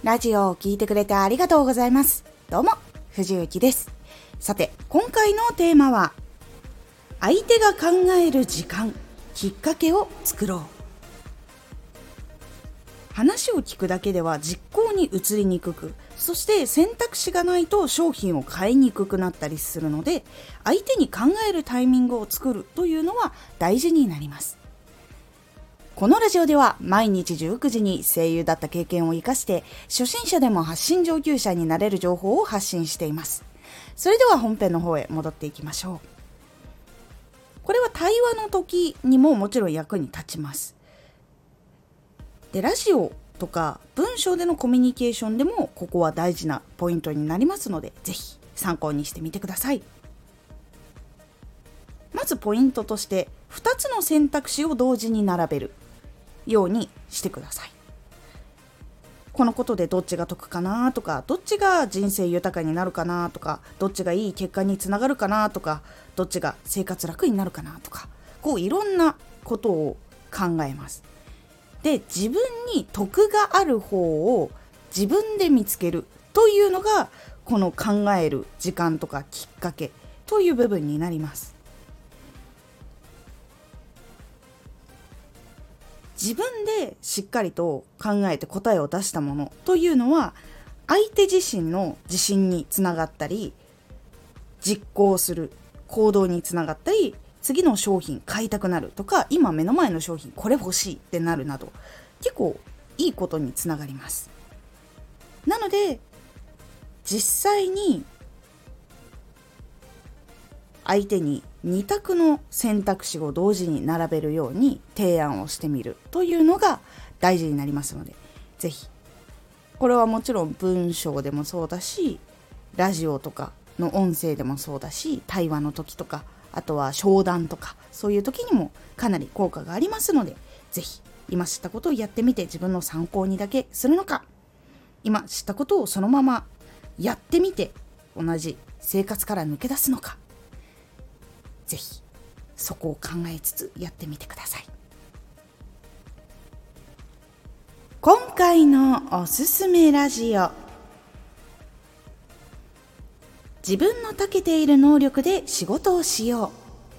ラジオを聞いてくれてありがとうございます。どうも、藤幸です。さて、今回のテーマは、相手が考える時間、きっかけを作ろう。話を聞くだけでは実行に移りにくく、そして選択肢がないと商品を買いにくくなったりするので、相手に考えるタイミングを作るというのは大事になります。このラジオでは毎日19時に声優だった経験を生かして初心者でも発信上級者になれる情報を発信しています。それでは本編の方へ戻っていきましょう。これは対話の時にももちろん役に立ちます。で、ラジオとか文章でのコミュニケーションでもここは大事なポイントになりますので、ぜひ参考にしてみてください。まずポイントとして2つの選択肢を同時に並べるようにしてください。このことでどっちが得かなとか、どっちが人生豊かになるかなとか、どっちがいい結果につながるかなとか、どっちが生活楽になるかなとか、こういろんなことを考えます。で、自分に得がある方を自分で見つけるというのがこの考える時間とかきっかけという部分になります。自分でしっかりと考えて答えを出したものというのは相手自身の自信につながったり、実行する行動につながったり、次の商品買いたくなるとか、今目の前の商品これ欲しいってなるなど、結構いいことにつながります。なので実際に相手に2択の選択肢を同時に並べるように提案をしてみるというのが大事になりますので、ぜひこれはもちろん文章でもそうだし、ラジオとかの音声でもそうだし、対話の時とか、あとは商談とか、そういう時にもかなり効果がありますので、ぜひ今知ったことをやってみて自分の参考にだけするのか、今知ったことをそのままやってみて同じ生活から抜け出すのか、ぜひそこを考えつつやってみてください。今回のおすすめラジオ、自分の長けている能力で仕事をしよう。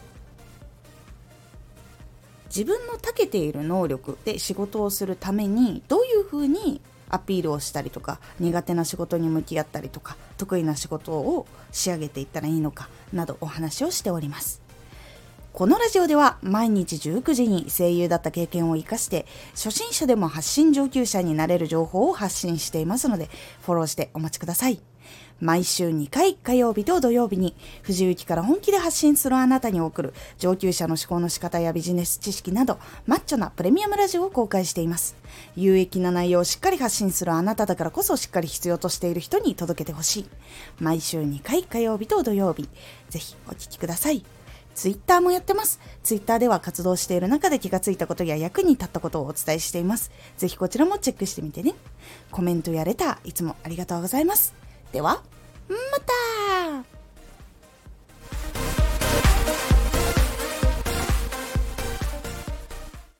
自分の長けている能力で仕事をするためにどういうふうにアピールをしたりとか、苦手な仕事に向き合ったりとか、得意な仕事を仕上げていったらいいのかなどお話をしております。このラジオでは毎日19時に声優だった経験を生かして初心者でも発信上級者になれる情報を発信していますので、フォローしてお待ちください。毎週2回、火曜日と土曜日に藤幸から本気で発信するあなたに送る上級者の思考の仕方やビジネス知識などマッチョなプレミアムラジオを公開しています。有益な内容をしっかり発信するあなただからこそ、しっかり必要としている人に届けてほしい。毎週2回、火曜日と土曜日、ぜひお聞きください。ツイッターもやってます。ツイッターでは活動している中で気がついたことや役に立ったことをお伝えしています。ぜひこちらもチェックしてみてね。コメントやレターいつもありがとうございます。では。